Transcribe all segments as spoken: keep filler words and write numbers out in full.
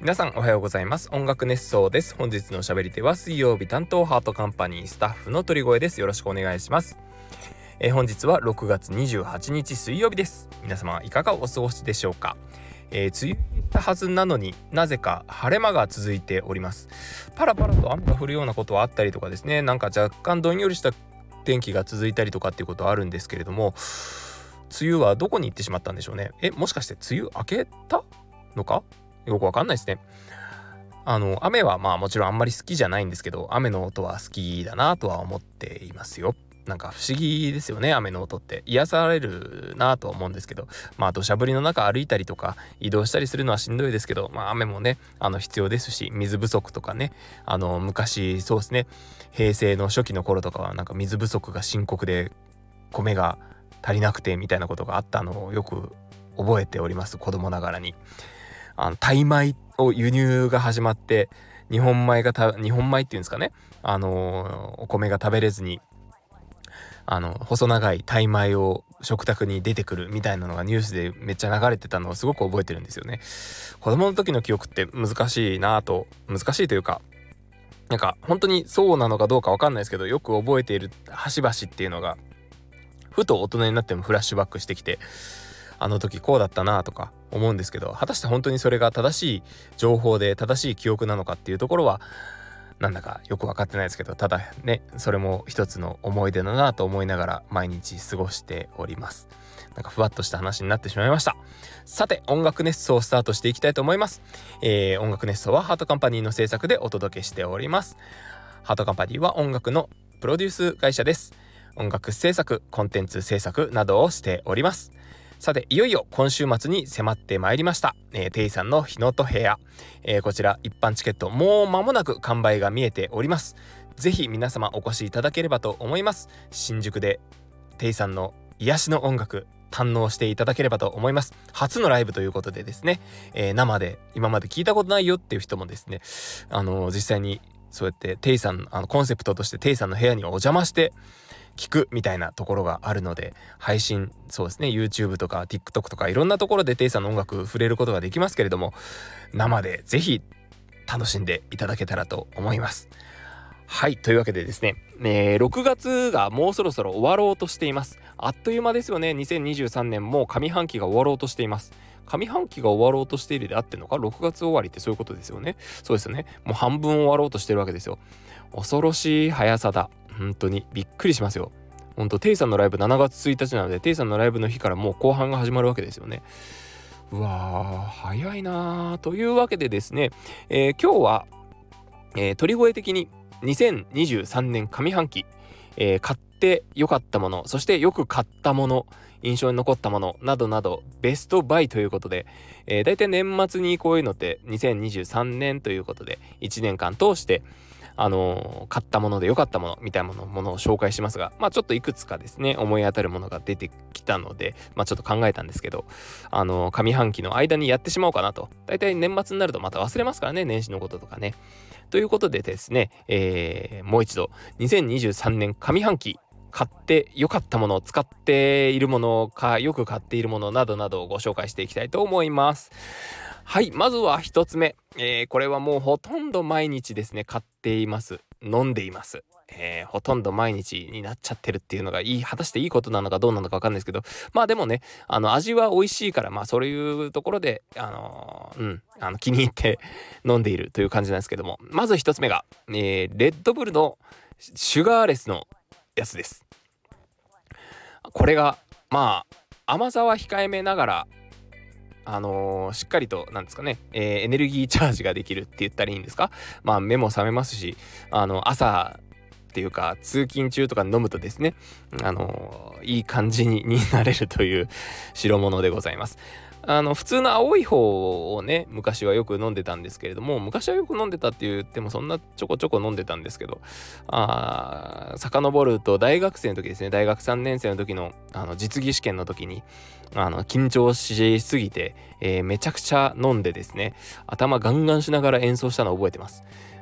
皆さんおはようございます。音楽熱奏です。本日のおしゃべり手は水曜日担当ハートカンパニースタッフの鳥越です。よろしくお願いします。えー、本日はろくがつにじゅうはちにち水曜日です。皆様いかがお過ごしでしょうか。えー、梅雨入ったはずなのになぜか晴れ間が続いております。パラパラと雨が降るようなことはあったりとかですね、なんか若干どんよりした天気が続いたりとかっていうことはあるんですけれども、梅雨はどこに行ってしまったんでしょうね。えもしかして梅雨明けたのかよくわかんないですね。あの雨はまあもちろんあんまり好きじゃないんですけど、雨の音は好きだなとは思っていますよ。なんか不思議ですよね、雨の音って癒されるなとは思うんですけど、まあ土砂降りの中歩いたりとか移動したりするのはしんどいですけど、まあ雨もねあの必要ですし、水不足とかね、あの昔そうですね、平成の初期の頃とかはなんか水不足が深刻で米が足りなくてみたいなことがあったのをよく覚えております。子供ながらにあのタイ米を輸入が始まって、日本米がた日本米っていうんですかね、あのお米が食べれずにあの細長いタイ米を食卓に出てくるみたいなのがニュースでめっちゃ流れてたのをすごく覚えてるんですよね。子供の時の記憶って難しいなと難しいというか、なんか本当にそうなのかどうか分かんないですけど、よく覚えている端々っていうのがふと大人になってもフラッシュバックしてきて、あの時こうだったなとか思うんですけど、果たして本当にそれが正しい情報で正しい記憶なのかっていうところはなんだかよく分かってないですけど、ただねそれも一つの思い出だなと思いながら毎日過ごしております。なんかふわっとした話になってしまいました。さて音楽熱奏をスタートしていきたいと思います。えー、音楽熱奏はハートカンパニーの制作でお届けしております。ハートカンパニーは音楽のプロデュース会社です。音楽制作、コンテンツ制作などをしております。さていよいよ今週末に迫ってまいりました、えー、テイさんの日のと部屋、えー、こちら一般チケットもう間もなく完売が見えております。ぜひ皆様お越しいただければと思います。新宿でテイさんの癒しの音楽堪能していただければと思います。初のライブということでですね、えー、生で今まで聞いたことないよっていう人もですね、あのー、実際にそうやってテイさんあのコンセプトとしてテイさんの部屋にお邪魔して聞くみたいなところがあるので、配信そうですね YouTube とか TikTok とかいろんなところでテイさんの音楽触れることができますけれども、生でぜひ楽しんでいただけたらと思います。はい、というわけでですね、えー、ろくがつがもうそろそろ終わろうとしています。あっという間ですよね。にせんにじゅうさんねんも上半期が終わろうとしています。上半期が終わろうとしているであってんのか、ろくがつ終わりってそういうことですよね。そうですよね。もう半分終わろうとしてるわけですよ。恐ろしい速さだ。本当にびっくりしますよ。本当テイさんのライブしちがつついたちなので、テイさんのライブの日からもう後半が始まるわけですよね。うわー早いなー。というわけでですね、えー、今日は、えー、鳥越的ににせんにじゅうさんねん上半期、えー、買って良かったもの、そしてよく買ったもの、印象に残ったものなどなどベストバイということで、えー、だいたい年末にこういうのってにせんにじゅうさんねんということでいちねんかん通してあのー、買ったもので良かったものみたいなものものを紹介しますが、まあちょっといくつかですね思い当たるものが出てきたので、まあちょっと考えたんですけど、あのー、上半期の間にやってしまおうかなと。だいたい年末になるとまた忘れますからね、年始のこととかね。ということでですね、えー、もう一度にせんにじゅうさんねん上半期買って良かったもの、使っているものかよく買っているものなどなどをご紹介していきたいと思います。はい、まずは一つ目、えー、これはもうほとんど毎日ですね買っています、飲んでいます、えー、ほとんど毎日になっちゃってるっていうのがいい果たしていいことなのかどうなのか分かんないですけど、まあでもねあの味は美味しいから、まあそういうところであのー、うんあの気に入って飲んでいるという感じなんですけども、まず一つ目が、えー、レッドブルのシュガーレスのやつです。これがまあ甘さは控えめながらあのー、しっかりとなんですかね、えー、エネルギーチャージができるって言ったらいいんですか。まあ目も覚めますし、あの朝っていうか通勤中とかに飲むとですね、あのー、いい感じに、になれるという代物でございます。あの普通の青い方をね昔はよく飲んでたんですけれども、昔はよく飲んでたって言ってもそんなちょこちょこ飲んでたんですけど、あ遡ると大学生の時ですね、大学さんねん生の時のあの実技試験の時にあの緊張しすぎて、えー、めちゃくちゃ飲んでですね頭ガンガンしながら演奏したのを覚えてます。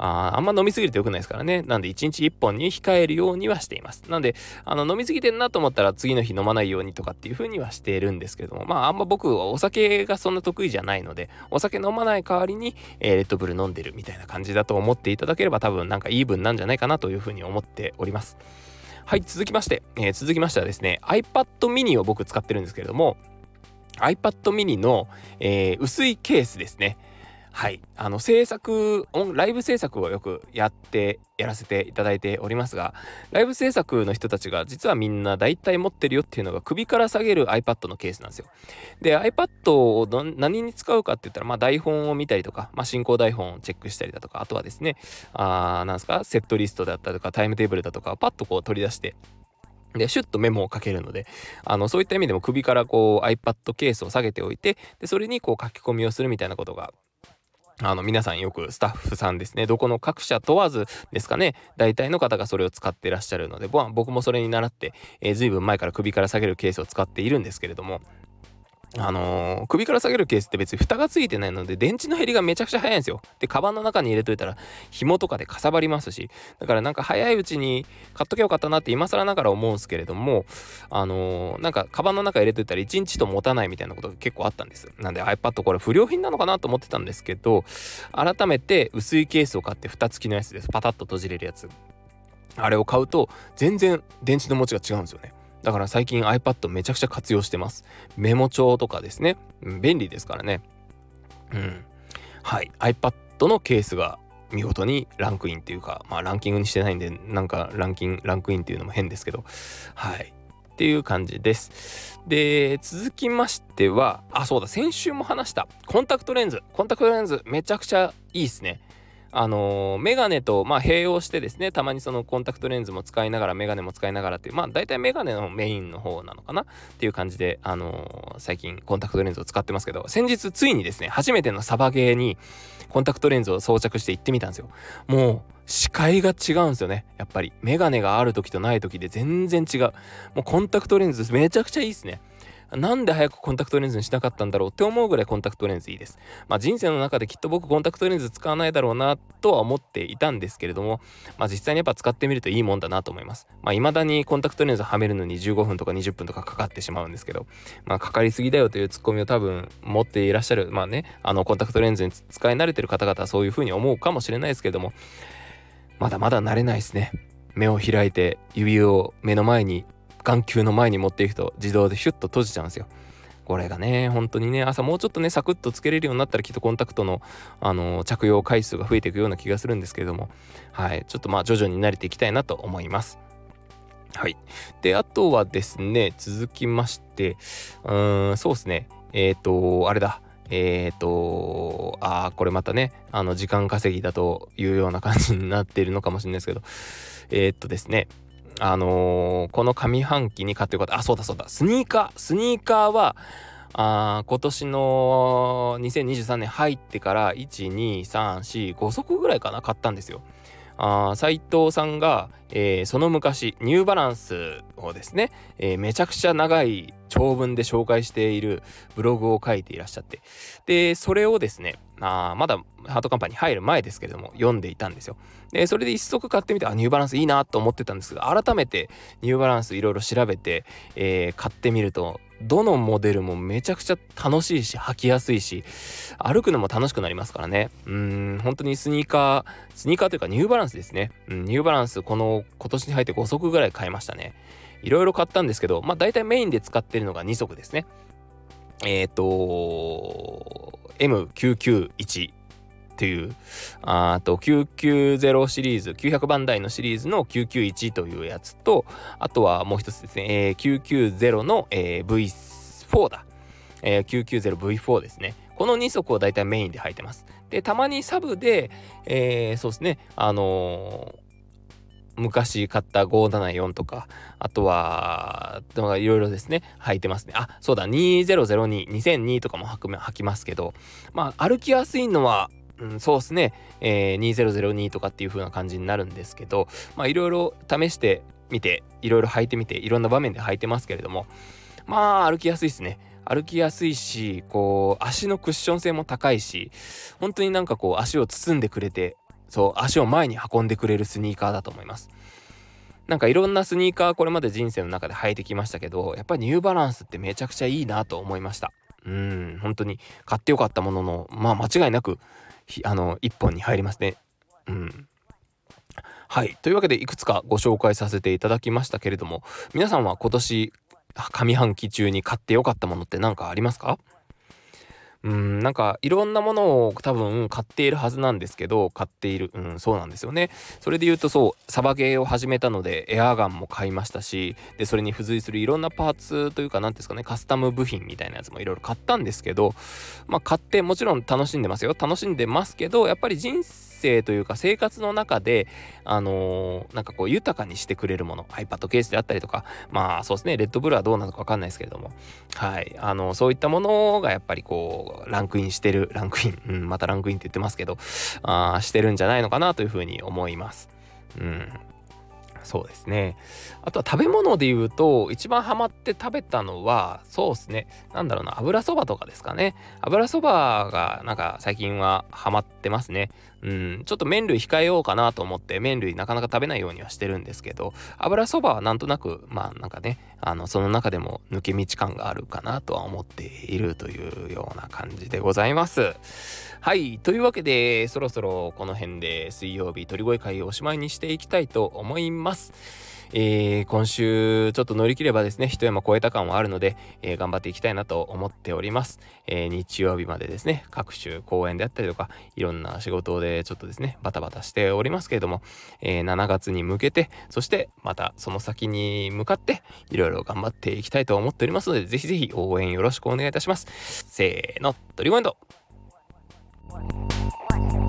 ああんま飲みすぎると良くないですからね。なんでいちにちいっぽんに控えるようにはしています。なんであの飲みすぎてんなと思ったら次の日飲まないようにとかっていう風にはしているんですけれども、まああんま僕はお酒がそんな得意じゃないので、お酒飲まない代わりに、えー、レッドブル飲んでるみたいな感じだと思っていただければ多分なんかイーブンなんじゃないかなという風に思っております。はい、続きまして、えー、続きましてはですね iPad mini を僕使ってるんですけれども、 iPad mini の、えー、薄いケースですね。はい、あの制作ライブ制作をよくやってやらせていただいておりますが、ライブ制作の人たちが実はみんな大体持ってるよっていうのが首から下げる iPad のケースなんですよ。で iPad をど何に使うかって言ったら、まあ、台本を見たりとか、まあ、進行台本をチェックしたりだとか、あとはですねあなんですかセットリストだったりとかタイムテーブルだとかパッとこう取り出してでシュッとメモをかけるので、あのそういった意味でも首からこう iPad ケースを下げておいて、でそれにこう書き込みをするみたいなことがあの皆さんよくスタッフさんですね、どこの各社問わずですかね、大体の方がそれを使ってらっしゃるので、僕もそれに倣って、えー、随分前から首から下げるケースを使っているんですけれども、あのー、首から下げるケースって別に蓋がついてないので電池の減りがめちゃくちゃ早いんですよ。でカバンの中に入れといたら紐とかでかさばりますし、だからなんか早いうちに買っとけよかったなって今更ながら思うんですけれども、あのー、なんかカバンの中入れといたらいちにちと持たないみたいなことが結構あったんです。なんで iPad これ不良品なのかなと思ってたんですけど、改めて薄いケースを買って蓋付きのやつです。パタッと閉じれるやつ、あれを買うと全然電池の持ちが違うんですよね。だから最近 iPad めちゃくちゃ活用してます。メモ帳とかですね、うん、便利ですからね。うん。はい。iPad のケースが見事にランクインっていうか、まあランキングにしてないんで、なんかランキング、ランクインっていうのも変ですけど、はい。っていう感じです。で、続きましては、あ、そうだ、先週も話したコンタクトレンズ。コンタクトレンズめちゃくちゃいいですね。あのー、メガネとまあ併用してですね、たまにそのコンタクトレンズも使いながらメガネも使いながらっていう、まあ大体メガネのメインの方なのかなっていう感じで、あのー、最近コンタクトレンズを使ってますけど、先日ついにですね初めてのサバゲーにコンタクトレンズを装着して行ってみたんですよ。もう視界が違うんですよね。やっぱりメガネがある時とない時で全然違う。もうコンタクトレンズめちゃくちゃいいですね。なんで早くコンタクトレンズにしなかったんだろうって思うぐらいコンタクトレンズいいです。まあ人生の中できっと僕コンタクトレンズ使わないだろうなとは思っていたんですけれども、まあ実際にやっぱ使ってみるといいもんだなと思います。まあ未だにコンタクトレンズはめるのにじゅうごふんとかにじゅっぷんとかかかってしまうんですけど、まあかかりすぎだよというツッコミを多分持っていらっしゃる、まあね、あのコンタクトレンズに使い慣れてる方々はそういう風に思うかもしれないですけれども、まだまだ慣れないですね。目を開いて指を目の前に眼球の前に持っていくと自動でヒュッと閉じちゃうんですよ。これがね本当にね、朝もうちょっとねサクッとつけれるようになったらきっとコンタクトの、あのー、着用回数が増えていくような気がするんですけれども、はいちょっとまあ徐々に慣れていきたいなと思います。はい。であとはですね、続きましてうーんそうですねえっ、ー、とあれだえっ、ー、とあーこれまたねあの時間稼ぎだというような感じになっているのかもしれないですけど、えっ、ー、とですねあのー、この上半期に買ってよかった、あそうだそうだスニーカースニーカーはあ今年のにせんにじゅうさんねん入ってからいちにさんしご足ぐらいかな買ったんですよ。あ斉藤さんが、えー、その昔ニューバランスをですね、えー、めちゃくちゃ長い長文で紹介しているブログを書いていらっしゃって、でそれをですねあまだハートカンパニー入る前ですけれども読んでいたんですよ。でそれで一足買ってみて、あニューバランスいいなと思ってたんですが、改めてニューバランスいろいろ調べて、えー、買ってみるとどのモデルもめちゃくちゃ楽しいし履きやすいし歩くのも楽しくなりますからね。うーん本当にスニーカースニーカーというかニューバランスですね、うん、ニューバランスこの今年に入ってご足ぐらい買いましたね。いろいろ買ったんですけど、まあ大体メインで使ってるのがに足ですね。えっ、ー、と エムきゅうきゅういちっていうあときゅうきゅうゼロシリーズきゅうひゃくばん台のシリーズのきゅうきゅういちというやつと、あとはもう一つですね、えー、きゅうきゅうゼロの、えー、ブイフォー だ、えー、きゅうきゅうゼロブイフォー ですね。このに足をだいたいメインで履いてます。でたまにサブで、えー、そうですねあのー昔買ったごーななよんとか、あとはいろいろですね履いてますね。あそうだにせんに にせんにとかも履く履きますけど、まあ歩きやすいのは、うん、そうですね、えー、にせんにとかっていう風な感じになるんですけど、まあいろいろ試してみていろいろ履いてみていろんな場面で履いてますけれども、まあ歩きやすいですね。歩きやすいしこう足のクッション性も高いし、本当になんかこう足を包んでくれてそう足を前に運んでくれるスニーカーだと思います。なんかいろんなスニーカーこれまで人生の中で履いてきましたけど、やっぱりニューバランスってめちゃくちゃいいなと思いました。うん本当に買ってよかったものの、まあ間違いなくあの一本に入りますね。うんはいというわけでいくつかご紹介させていただきましたけれども、皆さんは今年上半期中に買ってよかったものって何かありますか？うんなんかいろんなものを多分買っているはずなんですけど、買っているうんそうなんですよね。それで言うとそうサバゲーを始めたのでエアガンも買いましたし、でそれに付随するいろんなパーツというか何ですかね、カスタム部品みたいなやつもいろいろ買ったんですけど、まあ買ってもちろん楽しんでますよ楽しんでますけど、やっぱり人生というか生活の中であのーなんかこう豊かにしてくれるもの iPad ケースであったりとか、まあそうですねレッドブルはどうなのか分かんないですけれども、はいあのそういったものがやっぱりこうランクインしてるランクイン、うん、またランクインって言ってますけどあしてるんじゃないのかなというふうに思います。うんそうですね。あとは食べ物で言うと一番ハマって食べたのはそうですね、なんだろうな、油そばとかですかね。油そばがなんか最近はハマってますね。うんちょっと麺類控えようかなと思って麺類なかなか食べないようにはしてるんですけど、油そばはなんとなくまあなんかねあのその中でも抜け道感があるかなとは思っているというような感じでございます。はいというわけでそろそろこの辺で水曜日鳥越会をおしまいにしていきたいと思います。えー、今週ちょっと乗り切ればですね一山越えた感はあるので、えー、頑張っていきたいなと思っております。えー、日曜日までですね各種公演であったりとかいろんな仕事でちょっとですねバタバタしておりますけれども、えー、しちがつに向けてそしてまたその先に向かっていろいろ頑張っていきたいと思っておりますので、ぜひぜひ応援よろしくお願いいたします。せーの、鳥越エンド。